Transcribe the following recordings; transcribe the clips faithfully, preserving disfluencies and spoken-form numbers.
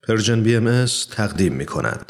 پرژن بی ام اس تقدیم می کند.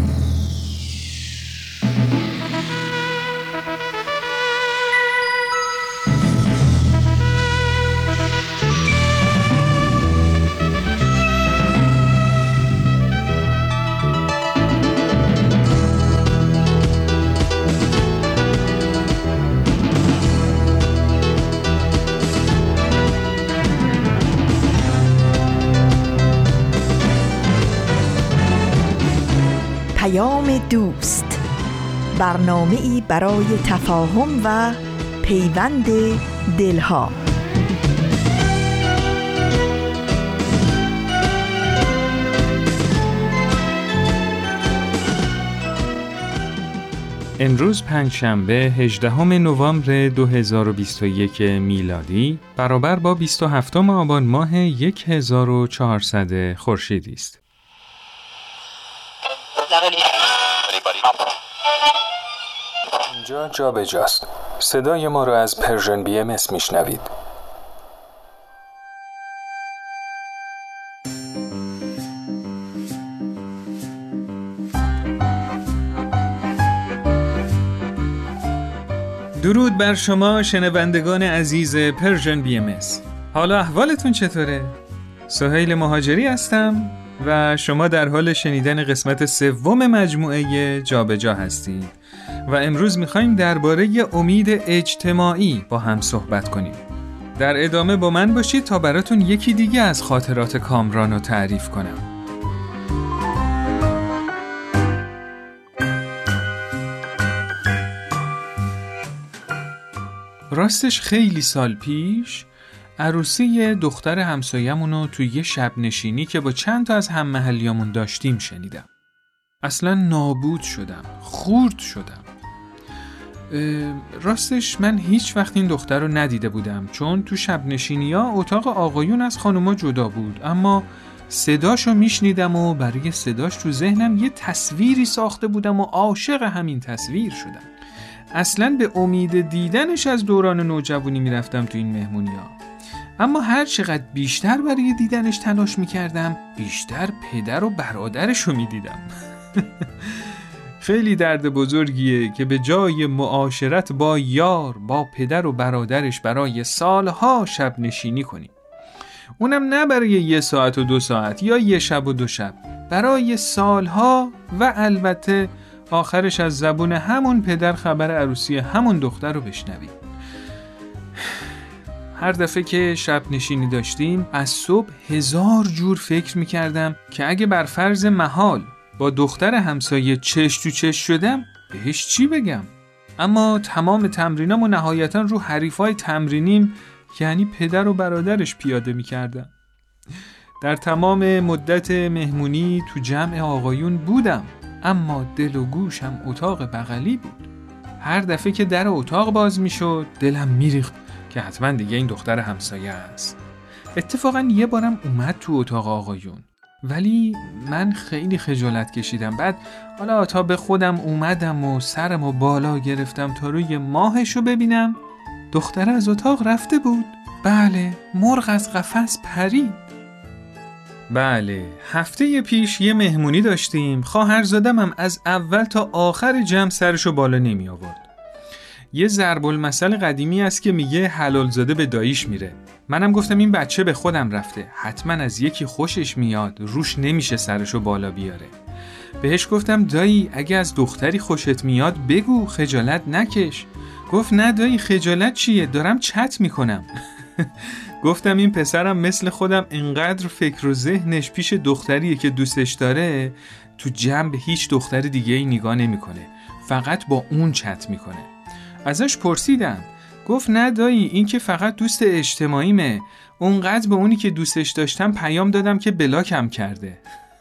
دوست، برنامه‌ای برای تفاهم و پیوند دلها. امروز پنجشنبه هجدهم نوامبر دو هزار و بیست و یک میلادی برابر با بیست و هفتم آبان ماه هزار و چهارصد خورشیدی است. اینجا جا به جاست. صدای ما را از پرژن بی ام اس میشنوید. درود بر شما شنوندگان عزیز پرژن بی ام اس. حالا احوالتون چطوره؟ سهیل مهاجری هستم و شما در حال شنیدن قسمت سوم مجموعه جا به جا هستید و امروز میخوایم درباره امید اجتماعی با هم صحبت کنیم. در ادامه با من باشید تا براتون یکی دیگه از خاطرات کامران رو تعریف کنم. راستش خیلی سال پیش عروسی دختر همسایه‌مونو توی یه شب نشینی که با چند تا از هم محلیامون داشتیم شنیدم. اصلا نابود شدم، خورد شدم. راستش من هیچ وقت این دختر رو ندیده بودم، چون تو شب نشینی ها اتاق آقایون از خانوما جدا بود، اما صداشو میشنیدم و برای صداش تو ذهنم یه تصویری ساخته بودم و عاشق همین تصویر شدم. اصلا به امید دیدنش از دوران نوجوانی میرفتم تو این مهمونی ها. اما هر چقدر بیشتر برای دیدنش تلاش میکردم، بیشتر پدر و برادرش رو میدیدم. خیلی درد بزرگیه که به جای معاشرت با یار با پدر و برادرش برای سالها شب نشینی کنی. اونم نه برای یه ساعت و دو ساعت یا یه شب و دو شب، برای سالها، و البته آخرش از زبون همون پدر خبر عروسی همون دختر رو بشنوی. هر دفعه که شب نشینی داشتیم از صبح هزار جور فکر میکردم که اگه بر فرض محال با دختر همسایه چش تو چش شدم بهش چی بگم. اما تمام تمرینامو نهایتاً رو حریفای تمرینیم یعنی پدر و برادرش پیاده میکردم. در تمام مدت مهمونی تو جمع آقایون بودم، اما دل و گوشم اتاق بغلی بود. هر دفعه که در اتاق باز میشد دلم میریخت که حتما دیگه این دختر همسایه است. اتفاقا یه بارم اومد تو اتاق آقایون، ولی من خیلی خجالت کشیدم. بعد حالا تا به خودم اومدم و سرمو بالا گرفتم تا روی ماهشو ببینم، دختر از اتاق رفته بود. بله، مرغ از قفس پرید. بله، هفته پیش یه مهمونی داشتیم. خواهرزادمم از اول تا آخر جمع سرشو بالا نمی آورد. یه ضرب المثل قدیمی است که میگه حلال زاده به داییش میره. منم گفتم این بچه به خودم رفته، حتما از یکی خوشش میاد، روش نمیشه سرشو بالا بیاره. بهش گفتم دایی اگه از دختری خوشت میاد بگو، خجالت نکش. گفت نه دایی خجالت چیه، دارم چت میکنم. گفتم این پسرم مثل خودم انقدر فکر و ذهنش پیش دختریه که دوستش داره، تو جمع به هیچ دختر دیگه ای نگاه نمیکنه، فقط با اون چت میکنه. ازش پرسیدم، گفت نه دایی این که فقط دوست اجتماعیمه، اونقدر به اونی که دوستش داشتم پیام دادم که بلاکم کرده.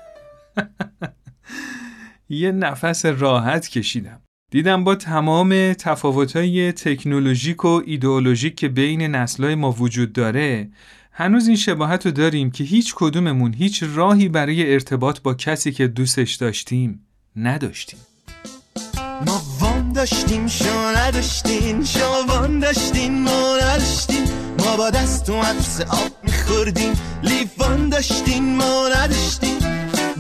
یه نفس راحت کشیدم. دیدم با تمام تفاوت‌های تکنولوژیک و ایدئولوژیک که بین نسل‌های ما وجود داره، هنوز این شباهت رو داریم که هیچ کدوممون هیچ راهی برای ارتباط با کسی که دوستش داشتیم نداشتیم. ما وان داشتیم شما نداشتین، شما وان داشتین ما نداشتین، ما با دست و عطس آب میخوردیم، لیوان داشتین ما نداشتین.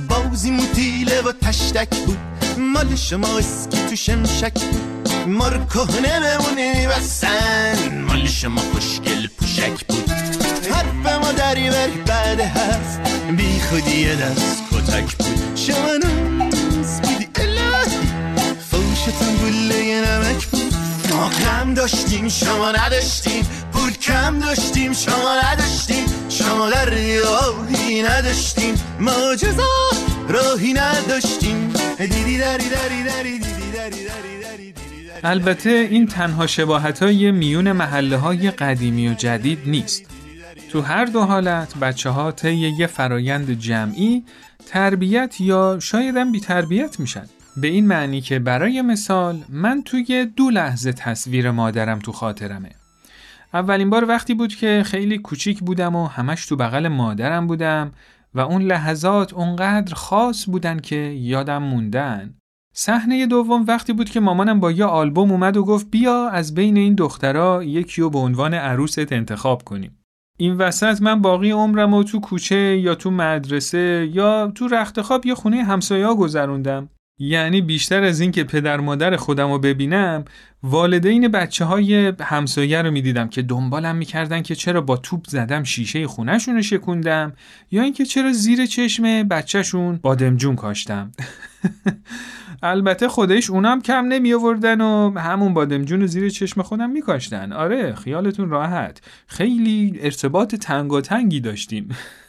و تشتک بود، مال شما اسکی تو شمشک بود، ما رو کهنه بمونی بسن، مال شما خوشگل پوشک بود. حرف ما دری بری بعد حرف بی خودی یه دست کتک بود. شما نوز بودی الهی فوشتون گله نمک بود. ما کم داشتیم شما نداشتیم، پول کم داشتیم شما نداشتیم، شما در راهی نداشتیم، معجزه راهی نداشتیم. دیدی دری دری دری دیدی دری دری دری. البته این تنها شباهت‌های میون محله‌های قدیمی و جدید نیست. تو هر دو حالت بچه‌ها طی یه فرایند جمعی تربیت یا شاید هم بی تربیت میشن. به این معنی که برای مثال من توی دو لحظه تصویر مادرم تو خاطرمه. اولین بار وقتی بود که خیلی کوچیک بودم و همش تو بغل مادرم بودم و اون لحظات اونقدر خاص بودن که یادم موندن. صحنه دوم وقتی بود که مامانم با یه آلبوم اومد و گفت بیا از بین این دخترها یکی رو به عنوان عروست انتخاب کنیم. این وسط من باقی عمرم رو تو کوچه یا تو مدرسه یا تو رختخواب یا خونه همسایه‌ها گذروندم. یعنی بیشتر از این که پدر مادر خودم رو ببینم، والدین بچه های همسایه رو میدیدم که دنبالم میکردن که چرا با توپ زدم شیشه خونه‌شون رو شکوندم یا اینکه چرا زیر چشم بچه‌شون بادمجون کاشتم. البته خودش اونم کم نمی آوردن و همون بادمجون رو زیر چشم خودم میکاشتن. آره خیالتون راحت، خیلی ارتباط تنگاتنگی داشتیم.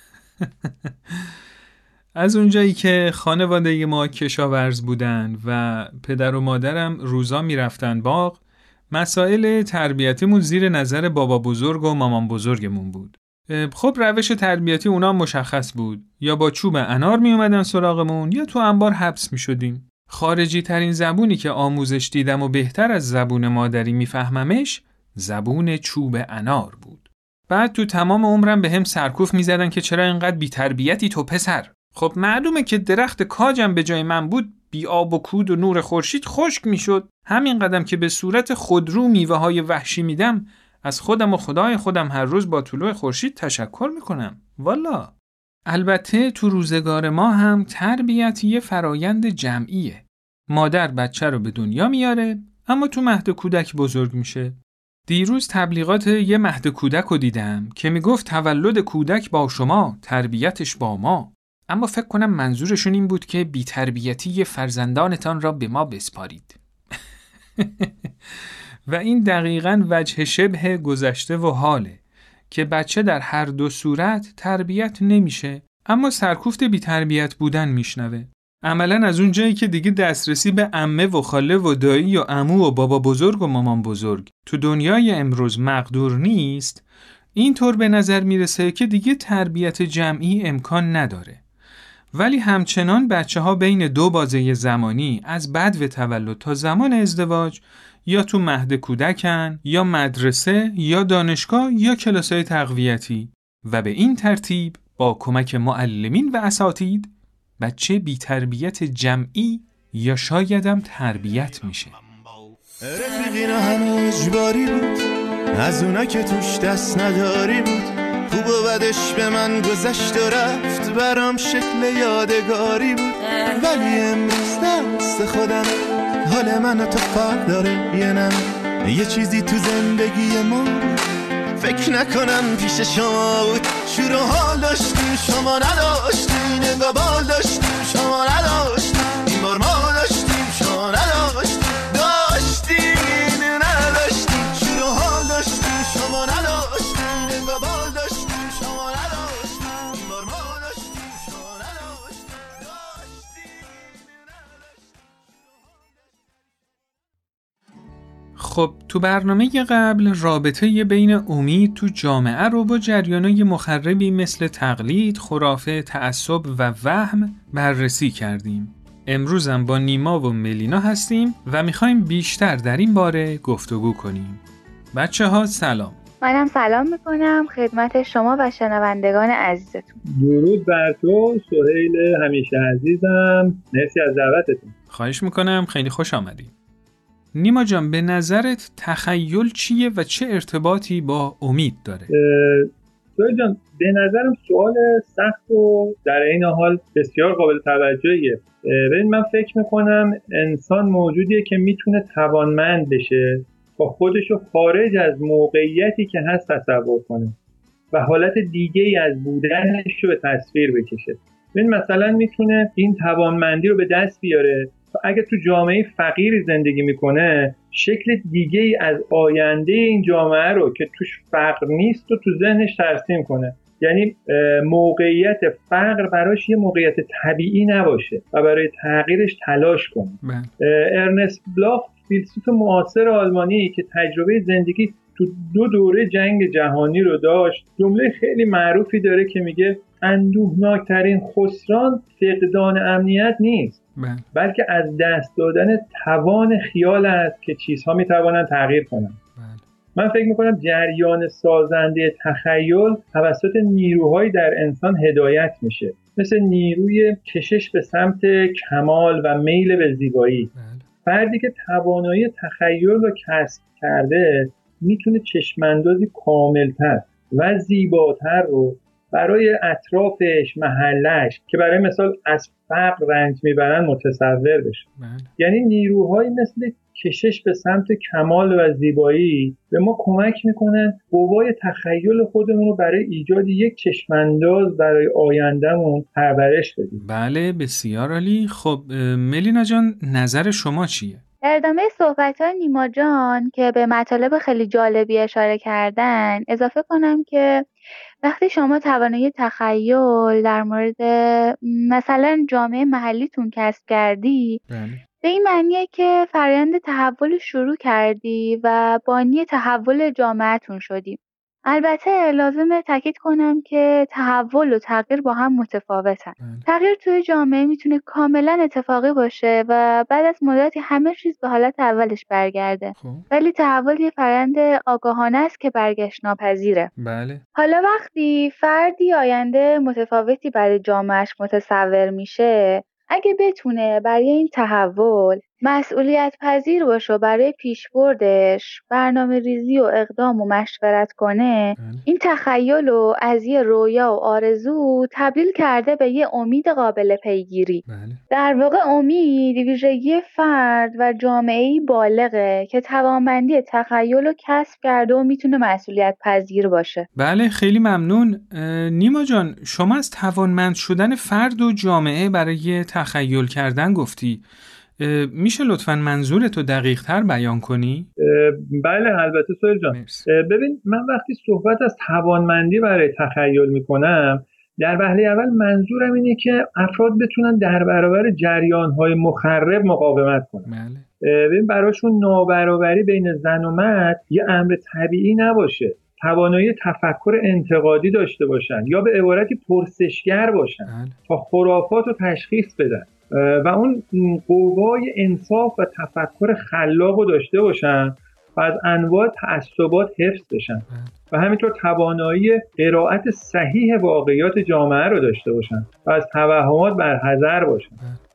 از اونجایی که خانواده ما کشاورز بودن و پدر و مادرم روزا میرفتن باغ، مسائل تربیتیمون زیر نظر بابا بزرگ و مامان بزرگمون بود. خب روش تربیتی اونا مشخص بود، یا با چوب انار می اومدن سراغمون یا تو انبار حبس می شدیم. خارجی ترین زبونی که آموزش دیدم و بهتر از زبون مادری میفهممش زبون چوب انار بود. بعد تو تمام عمرم به هم سرکوف می زدن که چرا اینقدر بی تربیتی تو پسر. خب معلومه که درخت کاجم به جای من بود، بی آب و کود و نور خورشید خشک میشد. همین قدم که به صورت خودرو میوه های وحشی میدم، از خودم و خدای خودم هر روز با طلوع خورشید تشکر میکنم. والا. البته تو روزگار ما هم تربیت یه فرایند جمعیه. مادر بچه رو به دنیا میاره اما تو مهد کودک بزرگ میشه. دیروز تبلیغات یه مهد کودک رو دیدم که میگفت تولد کودک با شما، تربیتش با ما. اما فکر کنم منظورشون این بود که بی‌تربیتی فرزندانتان را به ما بسپارید. و این دقیقاً وجه شبه گذشته و حاله که بچه در هر دو صورت تربیت نمیشه اما سرکوفت بی‌تربیت بودن میشنوه. عملاً از اون جایی که دیگه دسترسی به عمه و خاله و دایی و عمو و بابا بزرگ و مامان بزرگ تو دنیای امروز مقدور نیست، اینطور به نظر میرسه که دیگه تربیت جمعی امکان نداره. ولی همچنان بچه ها بین دو بازه زمانی از بدو تولد تا زمان ازدواج یا تو مهد کودکن یا مدرسه یا دانشگاه یا کلاسای تقویتی و به این ترتیب با کمک معلمین و اساتید بچه بی تربیت جمعی یا شایدم تربیت میشه. رفیقینا همه اجباری بود، از اونا که توش دست نداری بود، خوب و بدش به من گذشت و رفت، برام شکل یادگاری بود. ولی امروز دست خودم، حال من و تو فرق داره یه نم، یه چیزی تو زندگی ما بود فکر نکنم پیش شما بود. شور و حال داشتیم شما نداشتیم، نگاه بال داشتیم شما نداشتیم، این بار ما داشتیم شما نداشتیم، داشتیم نداشتیم. شور و حال داشتیم شما نداشتیم، نگاه بال داشتیم شما نداشتیم، این بار ما داشتیم شما نداشتیم، داشتیم نداشتیم. خب تو برنامه قبل رابطه بین امید تو جامعه رو با جریانای مخربی مثل تقلید، خرافه، تعصب و وهم بررسی کردیم. امروز هم با نیما و ملینا هستیم و میخوایم بیشتر در این باره گفتگو کنیم. بچه ها سلام. منم سلام میکنم خدمت شما و شنوندگان عزیزتون. درود بر تو سهیل همیشه عزیزم، مرسی از دعوتتون. خواهش میکنم، خیلی خوش آمدی. نیما جان به نظرت تخیل چیه و چه ارتباطی با امید داره؟ سوهیل جان، به نظرم سوال سخت و در این حال بسیار قابل توجهیه. ببین، من فکر میکنم انسان موجودیه که میتونه توانمند بشه با خودشو خارج از موقعیتی که هست تصور کنه و حالت دیگه ای از بودنش رو به تصویر بکشه. ببین، مثلا میتونه این توانمندی رو به دست بیاره تا اگه تو جامعه فقیری زندگی میکنه شکل دیگه ای از آینده این جامعه رو که توش فقر نیست و تو ذهنش ترسیم کنه. یعنی موقعیت فقر براش یه موقعیت طبیعی نباشه و برای تغییرش تلاش کنه. ارنست بلاخ، فیلسوف معاصر آلمانی که تجربه زندگی تو دو دوره جنگ جهانی رو داشت، جمله خیلی معروفی داره که میگه اندوهناکترین خسران فقدان امنیت نیست، بلکه از دست دادن توان خیال است که چیزها میتوانند تغییر کنند. من فکر میکنم جریان سازنده تخیل توسط نیروهایی در انسان هدایت میشه، مثل نیروی کشش به سمت کمال و میل به زیبایی. فردی که توانایی تخیل رو کسب کرده میتونه چشماندازی کاملتر و زیباتر رو برای اطرافش، محلش که برای مثال از فقر رنج میبرن متصور بشه. یعنی نیروهایی مثل کشش به سمت کمال و زیبایی به ما کمک میکنن قوای تخیل خودمون رو برای ایجاد یک چشمانداز برای آیندهمون پرورش بدیم. بله، بسیار عالی. خب ملینا جان، نظر شما چیه؟ در ادامه صحبت‌های نیما جان که به مطالب خیلی جالبی اشاره کردن، اضافه کنم که وقتی شما توانایی تخیل در مورد مثلا جامعه محلیتون کسب کردی، بله. به این معنیه که فرآیند تحول شروع کردی و بانی تحول جامعهتون شدی. البته لازمه تاکید کنم که تحول و تغییر با هم متفاوتن. تغییر توی جامعه میتونه کاملا اتفاقی باشه و بعد از مدتی همه چیز به حالت اولش برگرده. خب. ولی تحول یه فرآیند آگاهانه است که برگشت ناپذیره. بله. حالا وقتی فردی آینده متفاوتی برای جامعهش متصور میشه، اگه بتونه برای این تحول مسئولیت پذیر باشه و برای پیشبردش برنامه ریزی و اقدام و مشورت کنه، بله. این تخیل رو از یه رویا و آرزو تبدیل کرده به یه امید قابل پیگیری. بله. در واقع امید ویژگی فرد و جامعه‌ای بالغه که توانمندی تخیل رو کسب کرده و میتونه مسئولیت پذیر باشه. بله، خیلی ممنون. نیما جان، شما از توانمند شدن فرد و جامعه برای تخیل کردن گفتی. میشه لطفاً منظورتو دقیق تر بیان کنی؟ بله البته سوهیل جان. ببین، من وقتی صحبت از توانمندی برای تخیل میکنم، در وهله اول منظورم اینه که افراد بتونن در برابر جریان‌های مخرب مقاومت کنن. بله. ببین، براشون نابرابری بین زن و مرد یه امر طبیعی نباشه. توانایی تفکر انتقادی داشته باشن یا به عبارتی پرسشگر باشن. بله. تا خرافات رو تشخیص بدن و اون قوای انصاف و تفکر خلاق رو داشته باشن و از انواع تعصبات حفظ بشن و همینطور توانایی قرائت صحیح واقعیات جامعه رو داشته باشن و از توهمات برحذر باشن.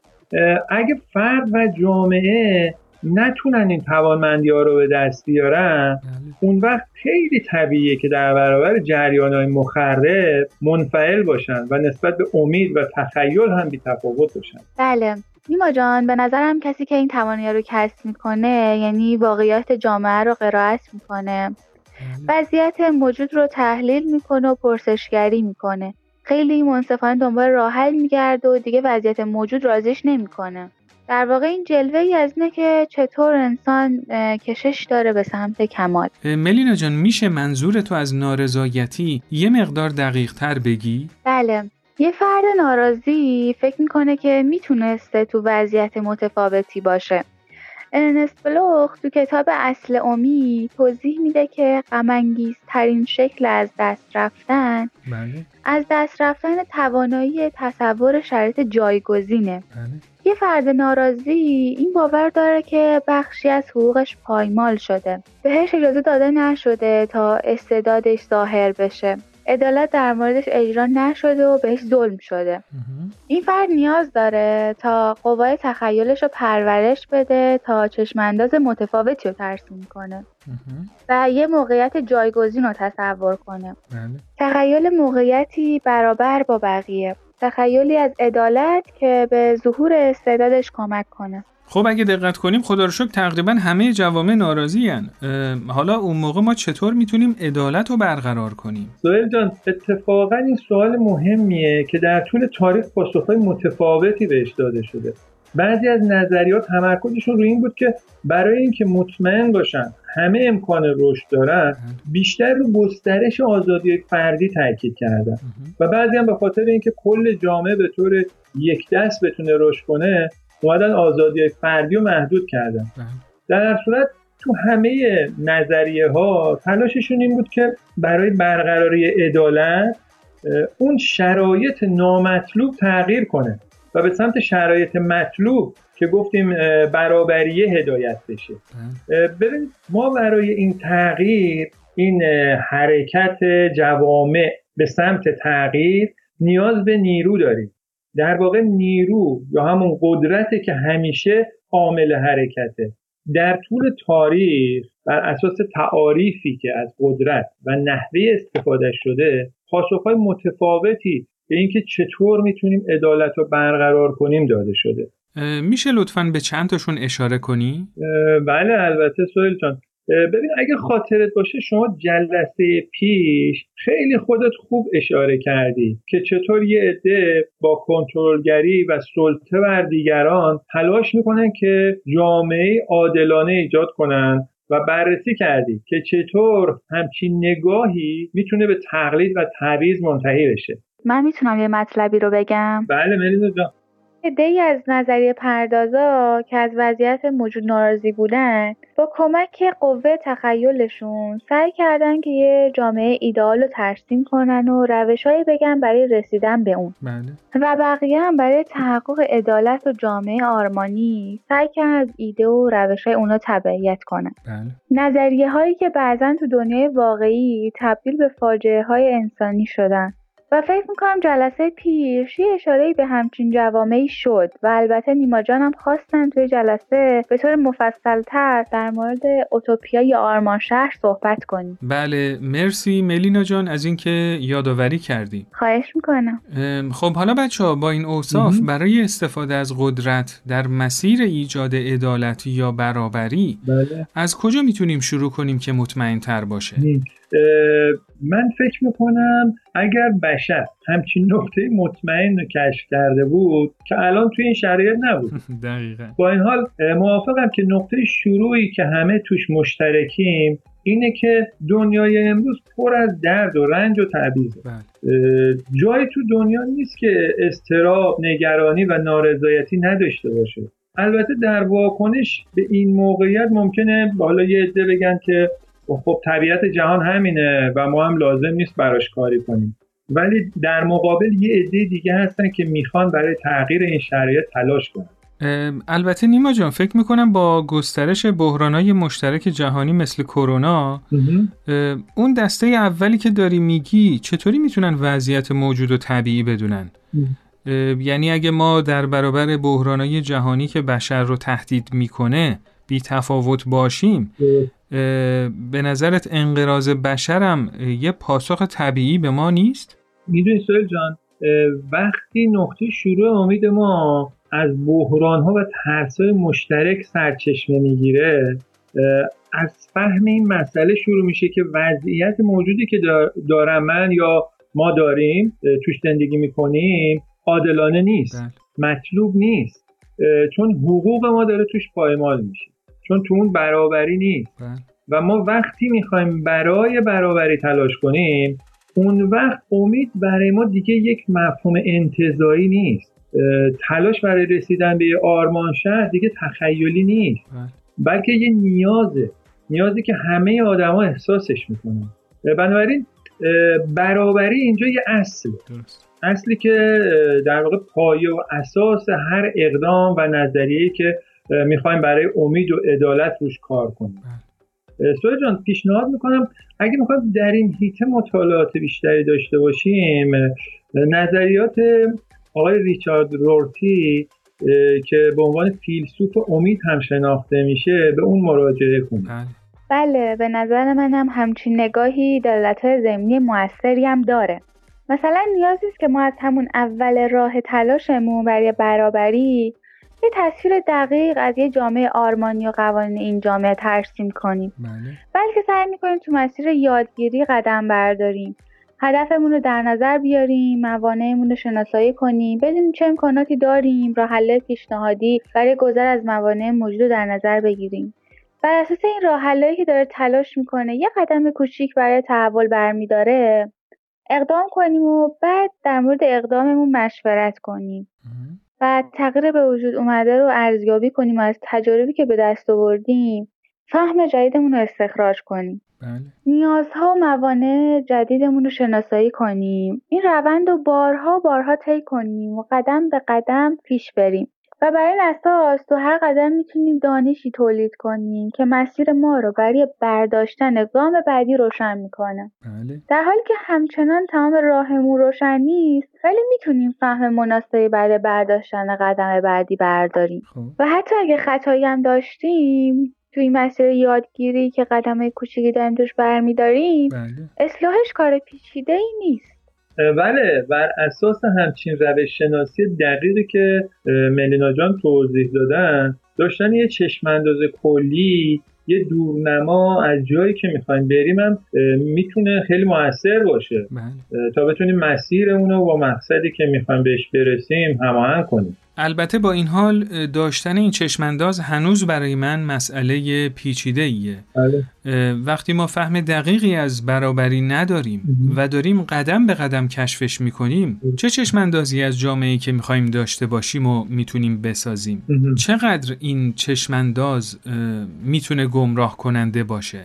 اگه فرد و جامعه نتونن این توانمندی ها رو به دست بیارن، اون وقت خیلی طبیعیه که در برابر جریان‌های مخرب منفعل باشن و نسبت به امید و تخیل هم بی تفاوت باشن. بله نیما جان، به نظرم کسی که این توانایی رو کسب میکنه، یعنی واقعیات جامعه رو قرائت میکنه، وضعیت موجود رو تحلیل میکنه و پرسشگری میکنه. خیلی منصفانه دنبال راه حل میگرده و دیگه وضعیت موجود راضیش نمیکنه. در واقع این جلوه‌ای از اینه که چطور انسان کشش داره به سمت کمال. ملینا جان، میشه منظورتو از نارضایتی یه مقدار دقیق تر بگی؟ بله، یه فرد ناراضی فکر میکنه که میتونسته تو وضعیت متفاوتی باشه. ارنست بلوخ تو کتاب اصل امید توضیح میده که غم‌انگیزترین شکل از دست رفتن بله. از دست رفتن توانایی تصور شرایط جایگزینه. بله. یه فرد ناراضی این باور داره که بخشی از حقوقش پایمال شده، بهش اجازه داده نشده تا استعدادش ظاهر بشه. عدالت در موردش اجرا نشده و بهش ظلم شده. این فرد نیاز داره تا قوای تخیلش رو پرورش بده تا چشمانداز متفاوتی رو ترسیم کنه و یه موقعیت جایگزین رو تصور کنه. تخیل موقعیتی برابر با بقیه، تخیلی از عدالت که به ظهور استعدادش کمک کنه. خب اگه دقت کنیم خدا رو شکر تقریبا همه جوامع ناراضی هن. حالا اون موقع ما چطور میتونیم عدالت رو برقرار کنیم؟ سهیل جان، اتفاقا این سوال مهمیه که در طول تاریخ پاسخهای متفاوتی بهش داده شده. بعضی از نظریات تمرکزشون روی این بود که برای اینکه مطمئن باشن همه امکان رشد دارن بیشتر رو گسترش آزادی فردی تاکید کردن و بعضی هم به خاطر اینکه کل جامعه به طور یک دست بتونه رشد کنه اومدن آزادی فردی رو محدود کردن. در هر صورت تو همه نظریه ها تلاششون این بود که برای برقراری عدالت اون شرایط نامطلوب تغییر کنه و به سمت شرایط مطلوب که گفتیم برابریه هدایت بشه. ببین ما برای این تغییر، این حرکت جوامع به سمت تغییر نیاز به نیرو داریم. در واقع نیرو یا همون قدرته که همیشه عامل حرکته. در طول تاریخ بر اساس تعاریفی که از قدرت و نحوه استفاده شده پاسخهای متفاوتی به اینکه چطور میتونیم عدالت رو برقرار کنیم داده شده. میشه لطفاً به چند تاشون اشاره کنی؟ بله البته سهیل جان. ببین اگه خاطرت باشه شما جلسه پیش خیلی خودت خوب اشاره کردی که چطور یه عده با کنترلگری و سلطه بر دیگران تلاش میکنن که جامعه عادلانه ایجاد کنن و بررسی کردی که چطور همچین نگاهی میتونه به تقلید و تبعیض منتهی بشه. من میتونم یه مطلبی رو بگم؟ بله ملینا جان. عده‌ای از نظریه پردازا که از وضعیت موجود ناراضی بودن با کمک قوه تخیلشون سعی کردن که یه جامعه ایدئال رو ترسیم کنن و روش‌هایی بگن برای رسیدن به اون. بله. و بقیه هم برای تحقق عدالت و جامعه آرمانی سعی کردن از ایده و روش‌های اونا تبعیت کنن. بله. نظریه‌هایی که بعضن تو دنیای واقعی تبدیل به فاجعه‌های انسانی شدن. و فکر میکنم جلسه پیش یه اشاره‌ای به همچین جوامعی شد و البته نیما جان هم خواستن توی جلسه به طور مفصل‌تر در مورد اوتوپیا یا آرمان شهر صحبت کنیم. بله مرسی ملینا جان از اینکه یادآوری کردی. خواهش میکنم. خب حالا بچه‌ها با این اوصاف برای استفاده از قدرت در مسیر ایجاد عدالت یا برابری بله. از کجا میتونیم شروع کنیم که مطمئن‌تر باشه؟ من فکر میکنم اگر بشر همچین نقطه مطمئن رو کشف کرده بود که الان توی این شرایط نبود. دقیقاً. با این حال موافقم که نقطه شروعی که همه توش مشترکیم اینه که دنیای امروز پر از درد و رنج و تبعیضه. جایی تو دنیا نیست که اضطراب، نگرانی و نارضایتی نداشته باشه. البته در واکنش به این موقعیت ممکنه حالا یه عده بگن که خب طبیعت جهان همینه و ما هم لازم نیست براش کاری کنیم، ولی در مقابل یه عده دیگه هستن که میخوان برای تغییر این شرایط تلاش کنن. البته نیما جان فکر میکنم با گسترش بحرانای مشترک جهانی مثل کرونا اون دسته اولی که داری میگی چطوری میتونن وضعیت موجود و طبیعی بدونن؟ یعنی اگه ما در برابر بحرانای جهانی که بشر رو تهدید میکنه بی تفاوت باشیم به نظرت انقراض بشرم یه پاسخ طبیعی به ما نیست؟ میدونی سهیل جان وقتی نقطه شروع امید ما از بحران‌ها و ترس‌های مشترک سرچشمه میگیره از فهم این مسئله شروع میشه که وضعیت موجودی که دارم من یا ما داریم توش زندگی میکنیم عادلانه نیست. بله. مطلوب نیست چون حقوق ما داره توش پایمال میشه چون تو اون برابری نیست. بله. و ما وقتی میخوایم برای برابری تلاش کنیم اون وقت امید برای ما دیگه یک مفهوم انتزاعی نیست. تلاش برای رسیدن به آرمان شهر دیگه تخیلی نیست. بله. بلکه یه نیازه نیازی که همه آدما احساسش میکنن. بنابراین برابری اینجا یه اصل درست. اصلی که در واقع پایه و اساس هر اقدام و نظریه‌ای که میخوایم برای امید و عدالت روش کار کنیم. سوهل جان پیشنهاد میکنم اگه میخوایم در این حیطه مطالعات بیشتری داشته باشیم، نظریات آقای ریچارد رورتی که به عنوان فیلسوف امید هم شناخته میشه به اون مراجعه کنیم. بله، به نظر من هم همچین نگاهی دلالت‌های ضمنی موثری هم داره. مثلا نیازی است که ما از همون اول راه تلاشمون برای برابری یه تصویر دقیق از یه جامعه آرمانی و قوانین این جامعه ترسیم کنیم. بله. بلکه سعی می‌کنیم تو مسیر یادگیری قدم برداریم. هدفمون رو در نظر بیاریم، موانعمون رو شناسایی کنیم، بدونیم چه امکاناتی داریم، راه حل پیشنهادی برای گذر از موانع موجود در نظر بگیریم. بر اساس این راه حلایی که داره تلاش میکنه یه قدم کوچیک برای تحول برمیداره اقدام کنیم و بعد در مورد اقداممون مشورت کنیم و تغییر به وجود اومده رو ارزیابی کنیم و از تجاربی که به دست آوردیم فهم جدیدمون رو استخراج کنیم. بله. نیازها و موانع جدیدمون رو شناسایی کنیم. این روند رو بارها بارها طی کنیم و قدم به قدم پیش بریم. و بر این اساس تو هر قدم میتونیم دانشی تولید کنیم که مسیر ما رو برای برداشتن گام بعدی روشن میکنه. بله. در حالی که همچنان تمام راهمون روشن نیست ولی میتونیم فهم مناسبی برای برداشتن قدم بعدی برداریم. خب. و حتی اگه خطایی هم داشتیم توی این مسیر یادگیری که قدم کوچیکی داریم توش برمیداریم، بله. اصلاحش کار پیچیده‌ای نیست. بله، بر اساس همچین روش شناسی دقیقی که ملینا جان توضیح دادن، داشتن یه چشم‌انداز کلی، یه دورنما از جایی که میخوایم بریم هم میتونه خیلی موثر باشه. بله. تا بتونیم مسیر اونو با مقصدی که میخوایم بهش برسیم هماهنگ کنیم. البته با این حال داشتن این چشمانداز هنوز برای من مسئله پیچیده‌ایه. بله. وقتی ما فهم دقیقی از برابری نداریم و داریم قدم به قدم کشفش میکنیم، چه چشماندازی از جامعه‌ای که میخوایم داشته باشیم و میتونیم بسازیم؟ چقدر این چشمانداز میتونه گمراه کننده باشه؟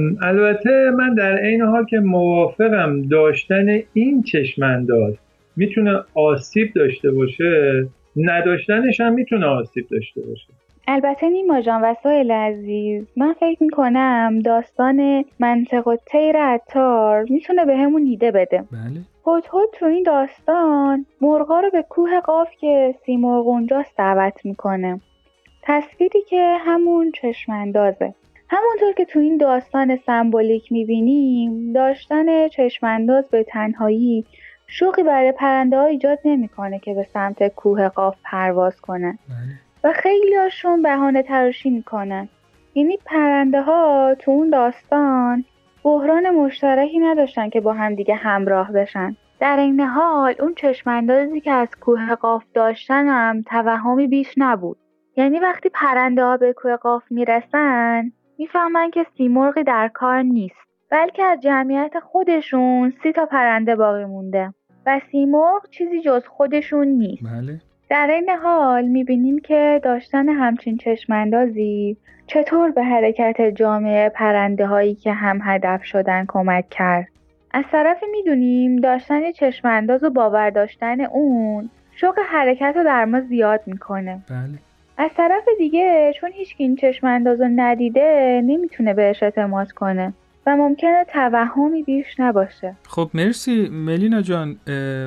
البته من در عین حال که موافقم داشتن این چشمانداز میتونه آسیب داشته باشه، نداشتنش هم میتونه آسیب داشته باشه. البته نیما جان و سهیل عزیز، من فکر میکنم داستان منطق الطیر عطار میتونه به همون ایده بده. بله. هدهد تو این داستان مرغا رو به کوه قاف که سیمرغ اونجاست دعوت میکنه. تصویری که همون چشماندازه. همونطور که تو این داستان سمبولیک میبینیم، داشتن چشمانداز به تنهایی شوقی برای پرنده ها ایجاد نمیکنه که به سمت کوه قاف پرواز کنن. و خیلی هاشون بهانه تراشی میکنن. یعنی پرنده ها تو اون داستان بحران مشترکی نداشتن که با هم دیگه همراه بشن. در این حال اون چشماندازی که از کوه قاف داشتن هم توهمی بیش نبود. یعنی وقتی پرنده ها به کوه قاف میرسن میفهمن که سیمرغی در کار نیست، بلکه از جمعیت خودشون سی تا پرنده باقی مونده و سیمرغ چیزی جز خودشون نیست. بله. در این حال میبینیم که داشتن همچین چشماندازی چطور به حرکت جامعه پرنده هایی که هم هدف شدن کمک کرد. از طرفی میدونیم داشتن چشمانداز و باور داشتن اون شوق حرکت رو در ما زیاد میکنه. بله. از طرف دیگه چون هیچ کی این چشمانداز رو ندیده نمیتونه بهش اعتماد کنه و ممکنه توهمی بیش نباشه. خب مرسی ملینا جان.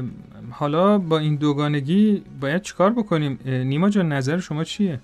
حالا با این دوگانگی باید چیکار بکنیم؟ نیما جان نظر شما چیه؟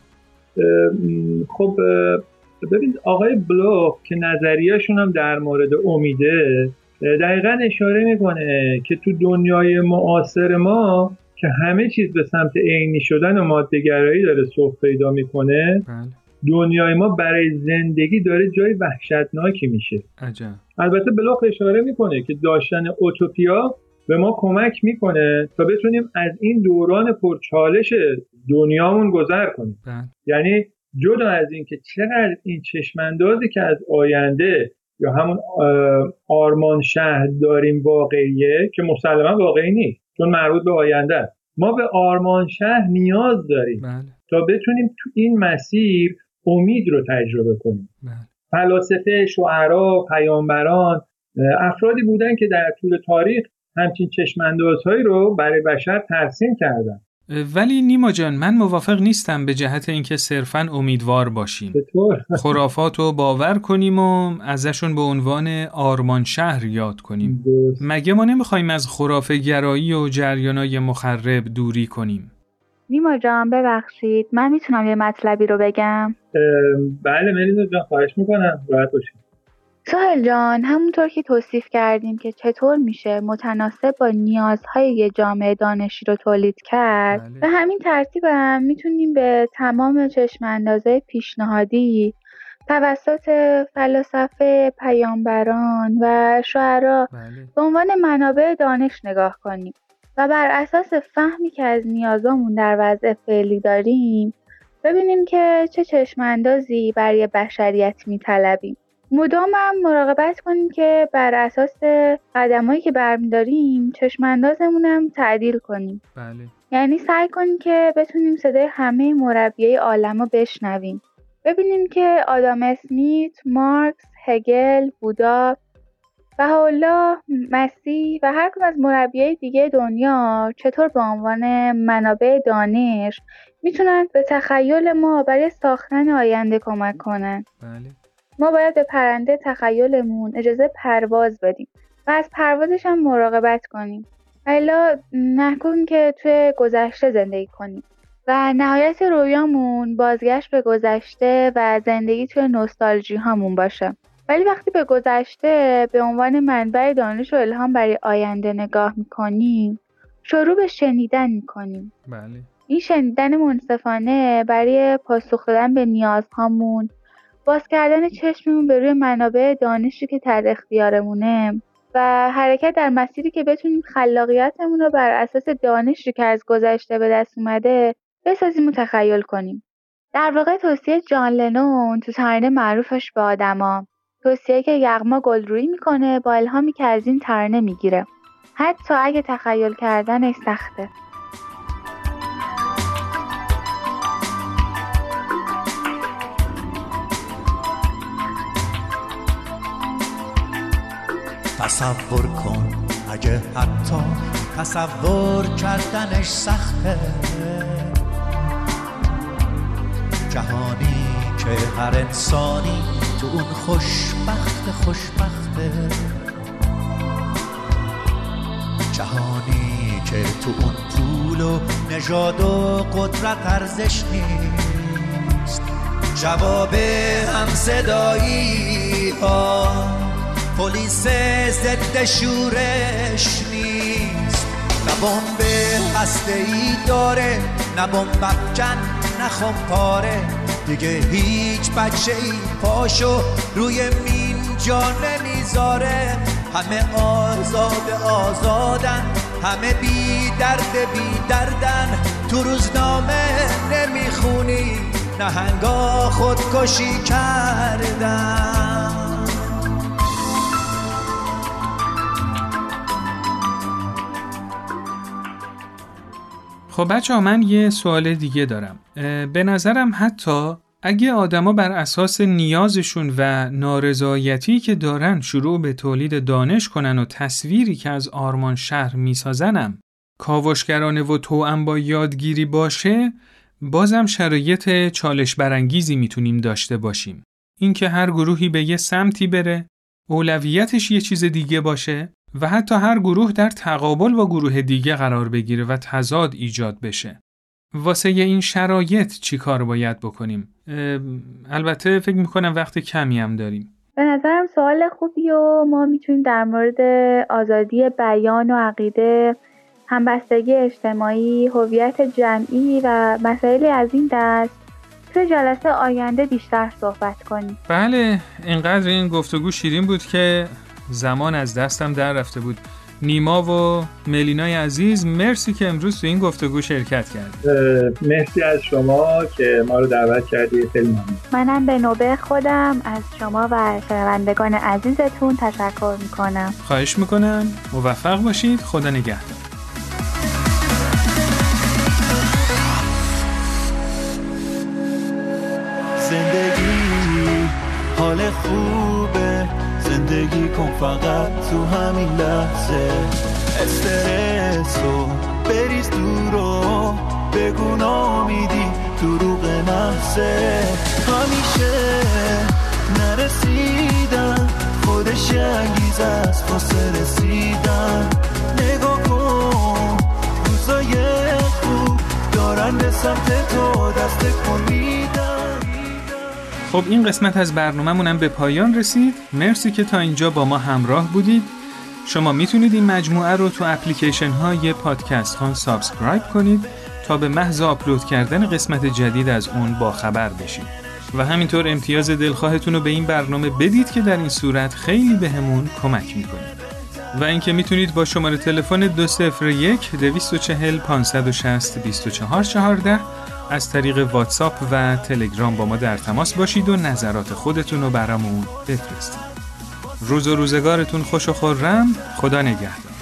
خب ببین آقای بلوک که نظریه‌شون هم در مورد امیده دقیقاً اشاره میکنه که تو دنیای معاصر ما که همه چیز به سمت عینی شدن و ماده‌گرایی داره سوق پیدا میکنه، بله. دنیای ما برای زندگی داره جای وحشتناکی میشه. عجب. البته بلوک اشاره میکنه که داشتن اوتوپیا به ما کمک میکنه تا بتونیم از این دوران پرچالش دنیامون گذر کنیم. بله. یعنی جدا از این که چقدر این چشماندازی که از آینده یا همون آرمان شهر داریم واقعیه که مسلما واقعی نیست چون مربوط به آینده است، ما به آرمان شهر نیاز داریم. بله. تا بتونیم تو این مسیر امید رو تجربه کنیم. بله. فلاسفه، شعرا، پیامبران افرادی بودن که در طول تاریخ همچین چشماندازهایی رو برای بشر ترسیم کردن. ولی نیما جان من موافق نیستم به جهت اینکه صرفاً امیدوار باشیم. خرافات رو باور کنیم و ازشون به عنوان آرمان شهر یاد کنیم. مگه ما نمیخوایم از خرافه گرایی و جریانای مخرب دوری کنیم؟ نیما جان ببخشید من میتونم یه مطلبی رو بگم؟ بله ملینا جان خواهش میکنم راحت باشید. سهیل جان همونطور که توصیف کردیم که چطور میشه متناسب با نیازهای یه جامعه دانشی رو تولید کرد، بله. به همین ترتیب هم میتونیم به تمام چشم‌اندازهای پیشنهادی توسط فلاسفه، پیامبران و شعرا بله. به عنوان منابع دانش نگاه کنیم و بر اساس فهمی که از نیازامون در وضع فعلی داریم ببینیم که چه چشم‌اندازی برای بشریت میطلبیم. مدام هم مراقبت کنیم که بر اساس قدمایی که برمی‌داریم چشم‌اندازمون هم تعدیل کنیم. بله. یعنی سعی کنیم که بتونیم صدای همه مربیای عالم رو بشنویم. ببینیم که آدام اسمیت، مارکس، هگل، بودا، بهاءالله، مسیح و هر کدوم از مربیای دیگه دنیا چطور به عنوان منابع دانش میتونن به تخیل ما برای ساختن آینده کمک کنن. بله. ما باید به پرنده تخیلمون اجازه پرواز بدیم و از پروازش هم مراقبت کنیم. الا نکنیم که توی گذشته زندگی کنیم و نهایت رویامون بازگشت به گذشته و زندگی توی نوستالژی هامون باشه. ولی وقتی به گذشته به عنوان منبع دانش و الهام برای آینده نگاه میکنیم شروع به شنیدن میکنیم. بله. این شنیدن منصفانه برای پاسخ دادن به نیازهامون، باز کردن چشممون به روی منابع دانشی که در اختیارمونه و حرکت در مسیری که بتونیم خلاقیتمون رو بر اساس دانشی که از گذشته به دست اومده بسازیم و تخیل کنیم. در واقع توصیه جان لنون تو ترانه معروفش به آدما، توصیه که یغما گلرویی میکنه با الهامی که از این ترانه میگیره، حتی اگه تخیل کردنش سخته. تصور کن اگه حتی تصور کردنش سخته، جهانی که هر انسانی تو اون خوشبخت خوشبخته، جهانی که تو اون پول و نژاد و قدرت ارزش نیست، جواب همصدایی ها پلیس ضد شورش نیست، نه بمب هسته‌ای داره، نه بمب افکن، نه خمپاره، دیگه هیچ بچه‌ای پاشو روی مین جا نمیذاره، همه آزاد آزادن، همه بی درد بی دردن، تو روزنامه نمیخونی نهنگا خودکشی کردن. خب بچه ها من یه سوال دیگه دارم. به نظرم حتی اگه آدما بر اساس نیازشون و نارضایتی که دارن شروع به تولید دانش کنن و تصویری که از آرمان شهر میسازنم کاوشگرانه و توأم با یادگیری باشه، بازم شرایط چالش برانگیزی میتونیم داشته باشیم. اینکه هر گروهی به یه سمتی بره، اولویتش یه چیز دیگه باشه و حتی هر گروه در تقابل با گروه دیگه قرار بگیره و تضاد ایجاد بشه. واسه این شرایط چی کار باید بکنیم؟ البته فکر میکنم وقت کمی هم داریم. به نظرم سوال خوبی و ما میتونیم در مورد آزادی بیان و عقیده، همبستگی اجتماعی، هویت جمعی و مسائلی از این دست توی جلسه آینده بیشتر صحبت کنیم. بله، اینقدر این گفتگو شیرین بود که زمان از دستم در رفته بود. نیما و ملینای عزیز مرسی که امروز تو این گفتگو شرکت کردید. مرسی از شما که ما رو دعوت کردید. خیلی ممنون. منم به نوبه خودم از شما و شنوندگان عزیزتون تشکر میکنم. خواهش میکنم. موفق باشید. خدا نگهدار. زندگی حال خوبه، زندگی کن فقط تو همین لحظه، استرس رو بریز دور و بگو نامیدی دروغ محضه. همیشه نرسیدم خودش انگیز از واسه رسیدن. نگاه کن روزای خوب دارن به سمت تو دست کن میدن. خب این قسمت از برنامه‌مون هم به پایان رسید. مرسی که تا اینجا با ما همراه بودید. شما میتونید این مجموعه رو تو اپلیکیشن های پادکست ها سابسکرایب کنید تا به محض آپلود کردن قسمت جدید از اون با خبر بشید و همینطور امتیاز دلخواهتون رو به این برنامه بدید که در این صورت خیلی بهمون کمک میکنید. و اینکه میتونید با شماره تلفن دو صفر یک دویست و چهل پانصد و شصت بیست و چهار چهارده از طریق واتساپ و تلگرام با ما در تماس باشید و نظرات خودتون رو برامون بفرستید. روز و روزگارتون خوش و خرم. خدا نگهدار.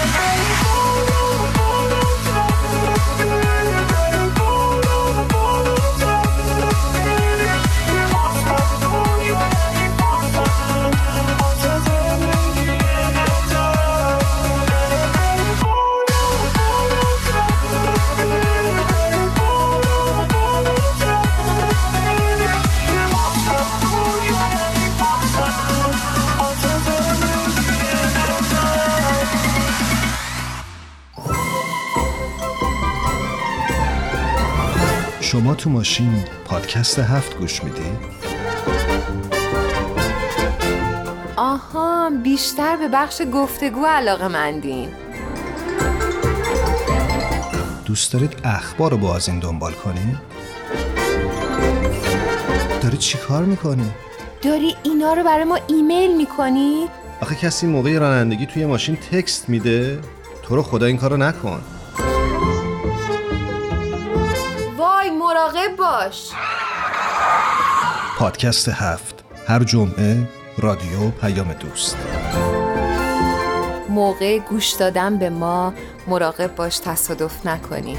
شما تو ماشین پادکست هفت گوش میدی؟ آها، بیشتر به بخش گفتگو علاقه‌مندین. دوست دارید اخبار رو با از این دنبال کنی؟ داری چی کار میکنی؟ داری اینا رو برای ما ایمیل میکنی؟ آخه کسی موقع رانندگی توی ماشین تکست میده؟ تو رو خدا این کارو نکن. وای مراقب باش. پادکست هفت هر جمعه رادیو پیام دوست. موقع گوش دادن به ما مراقب باش تصادف نکنی.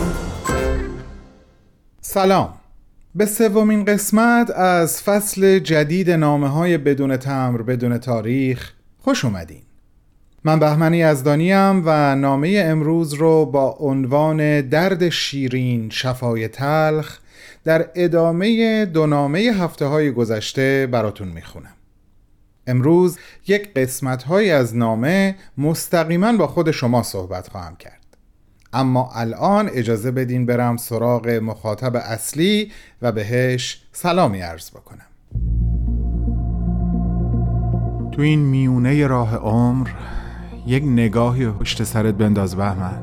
سلام، به سومین قسمت از فصل جدید نامه‌های بدون تمبر بدون تاریخ خوش اومدین. من بهمن یزدانیم و نامه امروز رو با عنوان درد شیرین شفای تلخ در ادامه دو نامه هفته های گذشته براتون میخونم. امروز یک قسمت‌های از نامه مستقیما با خود شما صحبت خواهم کرد. اما الان اجازه بدین برم سراغ مخاطب اصلی و بهش سلامی عرض بکنم. تو این میونه راه عمر یک نگاهی پشت سرت بنداز بهمن.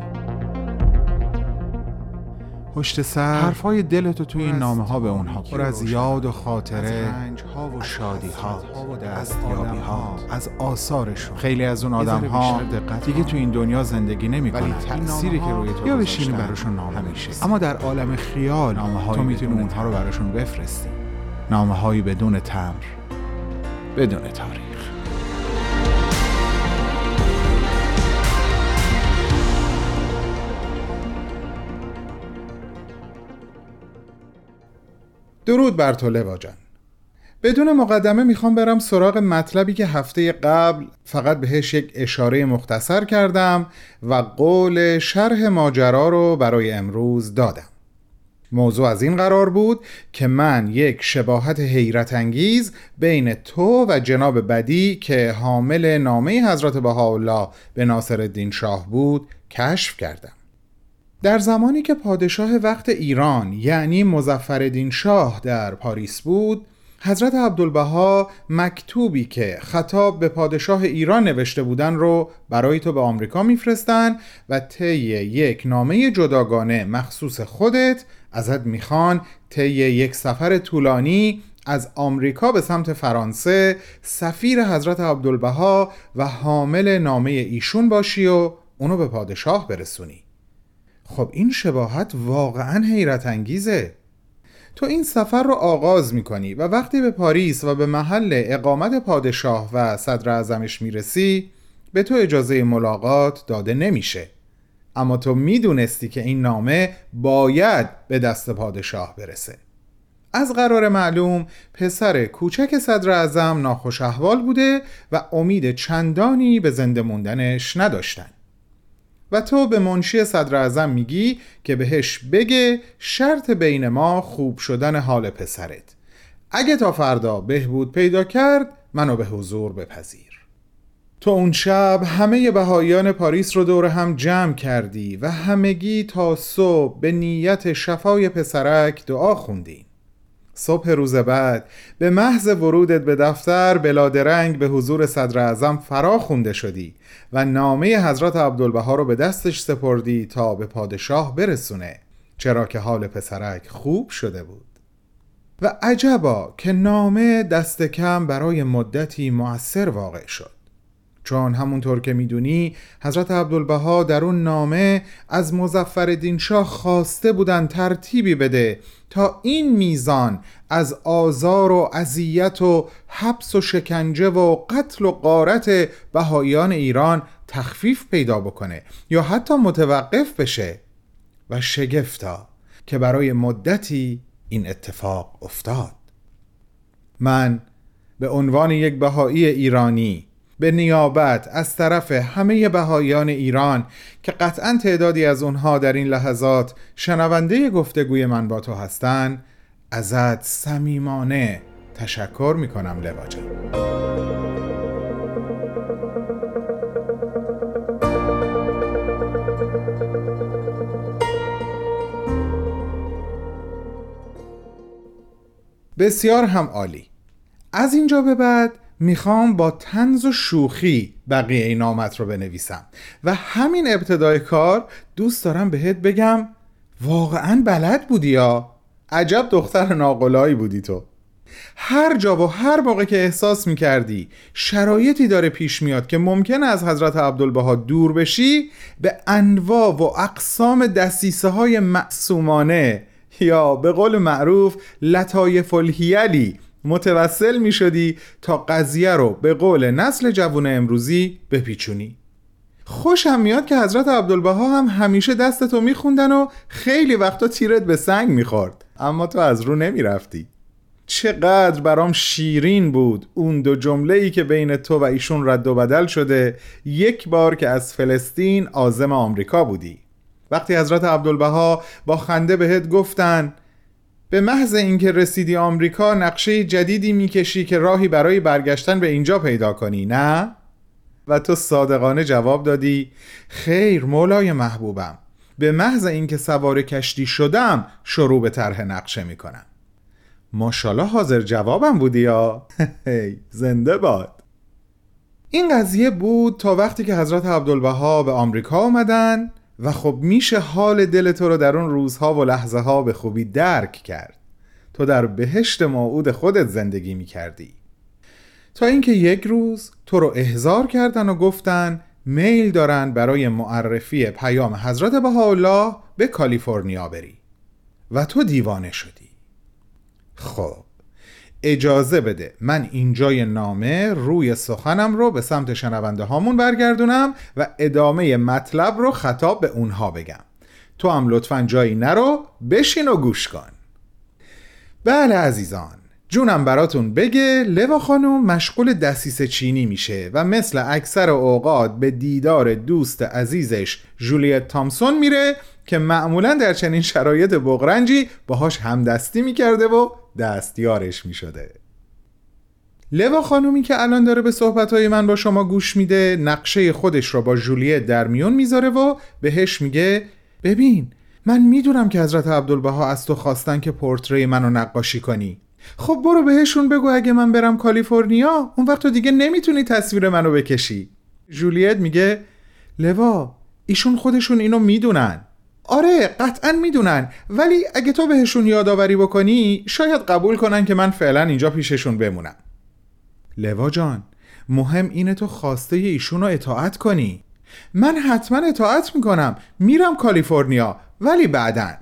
پشت سر حرفای دلتو توی این نامه ها به اونها پر از یاد و خاطره، ها و شادی ها، دستیابی ها، از آثارشون. خیلی از اون آدم ها دیگه تو این دنیا زندگی نمی کنن، تأثیری که روی تو یا بشینی براشون نامه میشه. اما در عالم خیال تو میتونی اونها رو براشون بفرستی. نامه هایی بدون تمبر بدون تاریخ. درود بر تو لوا جان. بدون مقدمه میخوام برم سراغ مطلبی که هفته قبل فقط بهش یک اشاره مختصر کردم و قول شرح ماجرا رو برای امروز دادم. موضوع از این قرار بود که من یک شباهت حیرت انگیز بین تو و جناب بدی که حامل نامه حضرت بهاءالله به ناصرالدین شاه بود کشف کردم. در زمانی که پادشاه وقت ایران یعنی مظفرالدین شاه در پاریس بود، حضرت عبدالبها مکتوبی که خطاب به پادشاه ایران نوشته بودن رو برای تو به آمریکا میفرستن و طی یک نامه جداگانه مخصوص خودت ازت میخوان طی یک سفر طولانی از آمریکا به سمت فرانسه سفیر حضرت عبدالبها و حامل نامه ایشون باشی و اونو به پادشاه برسونی. خب این شباهت واقعا حیرت انگیزه. تو این سفر رو آغاز میکنی و وقتی به پاریس و به محل اقامت پادشاه و صدر اعظمش میرسی به تو اجازه ملاقات داده نمیشه. اما تو میدونستی که این نامه باید به دست پادشاه برسه. از قرار معلوم پسر کوچک صدر اعظم ناخوش احوال بوده و امید چندانی به زنده موندنش نداشتن. و تو به منشی صدر اعظم میگی که بهش بگه شرط بین ما خوب شدن حال پسرت. اگه تا فردا بهبود پیدا کرد منو به حضور بپذیر. تو اون شب همه بهاییان پاریس رو دور هم جمع کردی و همگی تا صبح به نیت شفای پسرک دعا خوندین. صبح روز بعد به محض ورودت به دفتر بلادرنگ به حضور صدر اعظم فرا خونده شدی و نامه حضرت عبدالبها رو به دستش سپردی تا به پادشاه برسونه، چرا که حال پسرک خوب شده بود. و عجبا که نامه دست کم برای مدتی مؤثر واقع شد، چون همونطور که میدونی حضرت عبدالبها در اون نامه از مظفرالدین شاه خواسته بودن ترتیبی بده تا این میزان از آزار و اذیت و حبس و شکنجه و قتل و غارت بهاییان ایران تخفیف پیدا بکنه یا حتی متوقف بشه. و شگفتا که برای مدتی این اتفاق افتاد. من به عنوان یک بهایی ایرانی به نیابت از طرف همه بهاییان ایران که قطعاً تعدادی از اونها در این لحظات شنونده گفتگوی من با تو هستن، ازت صمیمانه تشکر میکنم لوا جان. بسیار هم عالی. از اینجا به بعد میخوام با طنز و شوخی بقیه این نامت رو بنویسم و همین ابتدای کار دوست دارم بهت بگم واقعاً بلد بودی یا عجب دختر ناقلایی بودی تو. هر جا و هر موقع که احساس میکردی شرایطی داره پیش میاد که ممکنه از حضرت عبدالبها دور بشی، به انواع و اقسام دسیسه های معصومانه یا به قول معروف لطایف الحیلی متوسل می شدی تا قضیه رو به قول نسل جوان امروزی بپیچونی. خوشم میاد که حضرت عبدالبها هم همیشه دستتو می خوندن و خیلی وقتا تیرت به سنگ می خورد، اما تو از رو نمی رفتی. چقدر برام شیرین بود اون دو جمله‌ای که بین تو و ایشون رد و بدل شده یک بار که از فلسطین عازم آمریکا بودی. وقتی حضرت عبدالبها با خنده بهت گفتن به محض اینکه رسیدی آمریکا نقشه جدیدی میکشی که راهی برای برگشتن به اینجا پیدا کنی، نه؟ و تو صادقانه جواب دادی خیر مولای محبوبم، به محض اینکه سوار کشتی شدم شروع به طرح نقشه میکنم. ماشاءالله حاضر جوابم بودی یا زنده باد. این قضیه بود تا وقتی که حضرت عبدالبها به آمریکا آمدن و خب میشه حال دل تو رو در اون روزها و لحظه ها به خوبی درک کرد. تو در بهشت موعود خودت زندگی میکردی تا اینکه یک روز تو رو احضار کردن و گفتن میل دارن برای معرفی پیام حضرت بهاءالله به کالیفرنیا بری و تو دیوانه شدی. خب اجازه بده من اینجای نامه روی سخنم رو به سمت شنونده هامون برگردونم و ادامه مطلب رو خطاب به اونها بگم. تو هم لطفاً جایی نرو، بشین و گوش کن. بله عزیزان، جونم براتون بگه لوا خانم مشغول دسیسه چینی میشه و مثل اکثر اوقات به دیدار دوست عزیزش جولیت تامسون میره که معمولاً در چنین شرایط بغرنجی باهاش همدستی میکرده و دستیارش میشده. لوا خانومی که الان داره به صحبتهای من با شما گوش میده نقشه خودش رو با جولیت در میون میذاره و بهش میگه ببین من میدونم که حضرت عبدالبها از تو خواستن که پورتری منو نقاشی کنی. خب برو بهشون بگو اگه من برم کالیفرنیا اون وقت تو دیگه نمیتونی تصویر منو بکشی. جولیت میگه لوا ایشون خودشون اینو میدونن. آره قطعا میدونن، ولی اگه تو بهشون یادآوری بکنی شاید قبول کنن که من فعلا اینجا پیششون بمونم. لوا جان مهم اینه تو خواسته ایشون رو اطاعت کنی. من حتما اطاعت میکنم، میرم کالیفرنیا، ولی بعدن.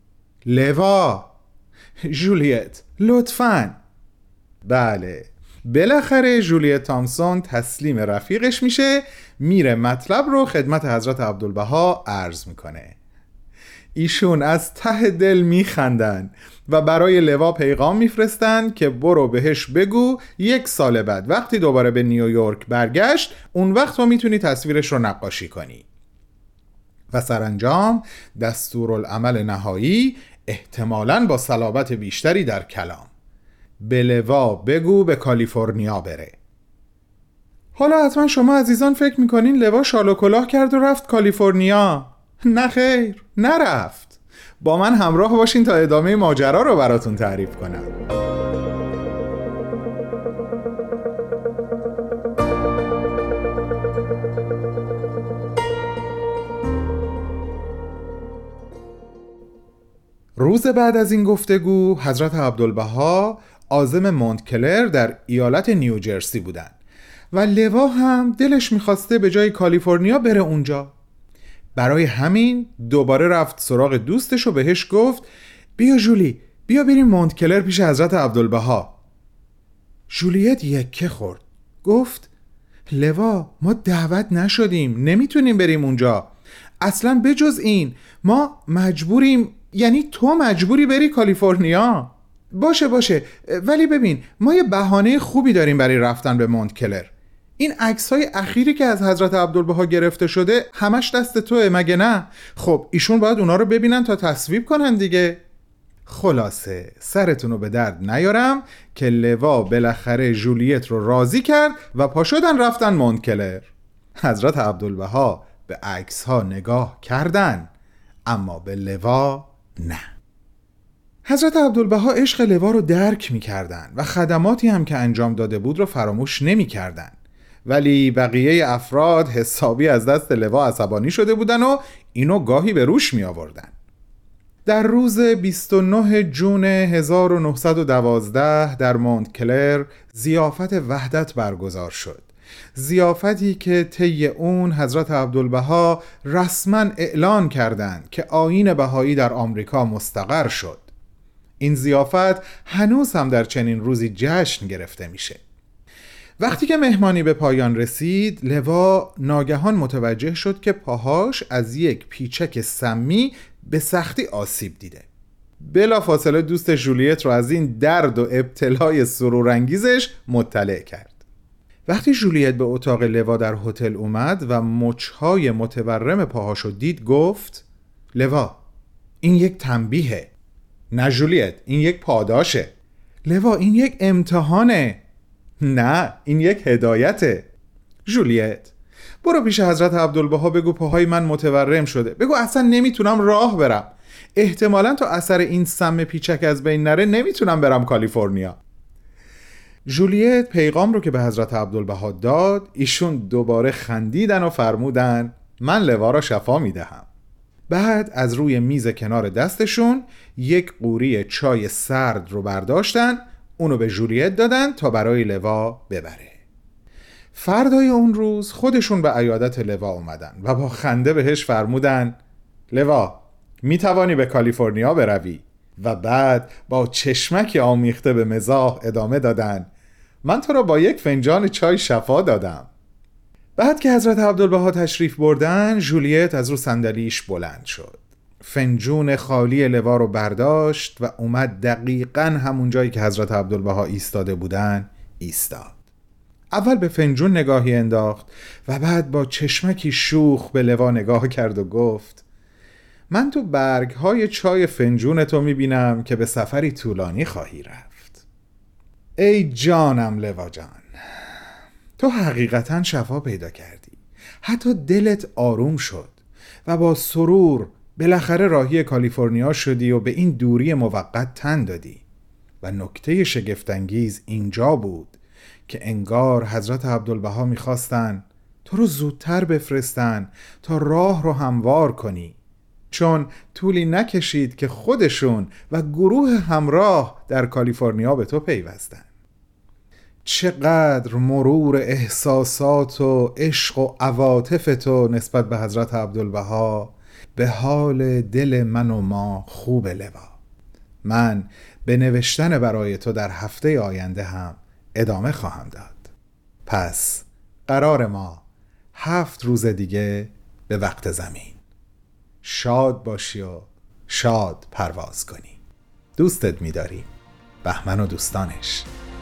لوا جولیت لطفاً. بله بالاخره جولیت تامسون تسلیم رفیقش میشه، میره مطلب رو خدمت حضرت عبدالبها عرض میکنه. ایشون از ته دل میخندن و برای لوا پیغام میفرستن که برو بهش بگو یک سال بعد وقتی دوباره به نیویورک برگشت اون وقت تو میتونی تصویرش رو نقاشی کنی. و سرانجام دستورالعمل نهایی احتمالاً با صلابت بیشتری در کلام: به لوا بگو به کالیفرنیا بره. حالا حتما شما عزیزان فکر میکنین لوا شال و کلاه کرد و رفت کالیفرنیا. نه خیر، نرفت. با من همراه باشین تا ادامه ماجرا رو براتون تعریف کنم. روز بعد از این گفتگو حضرت عبدالبها عازم مونتکلر در ایالت نیوجرسی بودن و لوا هم دلش میخواسته به جای کالیفرنیا بره اونجا. برای همین دوباره رفت سراغ دوستش و بهش گفت بیا جولی، بیا بریم مونتکلر پیش حضرت عبدالبها. جولیت یکه خورد، گفت لوا ما دعوت نشدیم، نمیتونیم بریم اونجا. اصلا بجز این ما مجبوریم، یعنی تو مجبوری بری کالیفرنیا. باشه باشه، ولی ببین ما یه بهانه خوبی داریم برای رفتن به مونتکلر. این عکس‌های اخیری که از حضرت عبدالبها گرفته شده همش دست توئه مگه نه؟ خب ایشون باید اونا رو ببینن تا تصویب کنن دیگه. خلاصه سرتون رو به درد نیارم که لوا بالاخره جولیت رو راضی کرد و پا شدن رفتن مونتکلر. حضرت عبدالبها به عکس‌ها نگاه کردن اما به لوا نه. حضرت عبدالبها عشق لوا رو درک می کردن و خدماتی هم که انجام داده بود رو فراموش نمی کردن. ولی بقیه افراد حسابی از دست لوا عصبانی شده بودن و اینو گاهی به روش می آوردن. در روز بیست و نه جون هزار و نهصد و دوازده در مونتکلر ضیافت وحدت برگزار شد. ضیافتی که طی اون حضرت عبدالبها رسما اعلان کردند که آیین بهایی در آمریکا مستقر شد. این ضیافت هنوز هم در چنین روزی جشن گرفته میشه. وقتی که مهمانی به پایان رسید، لوا ناگهان متوجه شد که پاهاش از یک پیچک سمی به سختی آسیب دیده. بلافاصله دوست جولیت رو از این درد و ابتلای سرورانگیزش مطلع کرد. وقتی جولیت به اتاق لوا در هتل اومد و مچهای متورم پاهاشو دید گفت لوا این یک تنبیهه. نه جولیت این یک پاداشه. لوا این یک امتحانه. نه این یک هدایته. جولیت برو پیش حضرت عبدالبها بگو پاهای من متورم شده، بگو اصلا نمیتونم راه برم، احتمالاً تا اثر این سم پیچک از بین نره نمیتونم برم کالیفرنیا. جولیت پیغام رو که به حضرت عبدالبها داد، ایشون دوباره خندیدن و فرمودن من لوا را شفا میدهم. بعد از روی میز کنار دستشون یک قوری چای سرد رو برداشتن، اونو به جولیت دادن تا برای لوا ببره. فردای اون روز خودشون به عیادت لوا اومدن و با خنده بهش فرمودن لوا میتوانی به کالیفرنیا بروی. و بعد با چشمکی آمیخته به مزاح ادامه دادن من تو را با یک فنجان چای شفا دادم. بعد که حضرت عبدالبها تشریف بردن، جولیت از رو صندلیش بلند شد، فنجون خالی لوا رو برداشت و اومد دقیقاً همون جایی که حضرت عبدالبها ایستاده بودن ایستاد. اول به فنجون نگاهی انداخت و بعد با چشمکی شوخ به لوا نگاه کرد و گفت من تو برگ های چای فنجون تو میبینم که به سفری طولانی خواهی رفت. ای جانم لوا جان، تو حقیقتاً شفا پیدا کردی، حتی دلت آروم شد و با سرور بالاخره راهی کالیفرنیا شدی و به این دوری موقت تن دادی. و نکته شگفت‌انگیز اینجا بود که انگار حضرت عبدالبها میخواستن تو رو زودتر بفرستن تا راه رو هموار کنی، چون طولی نکشید که خودشون و گروه همراه در کالیفرنیا به تو پیوستن. چقدر مرور احساسات و عشق و عواطف تو نسبت به حضرت عبدالبها به حال دل من و ما خوب لوا. من به نوشتن برای تو در هفته آینده هم ادامه خواهم داد. پس قرار ما هفت روز دیگه به وقت زمین. شاد باشی و شاد پرواز کنی. دوستت می‌داریم. بهمن و دوستانش.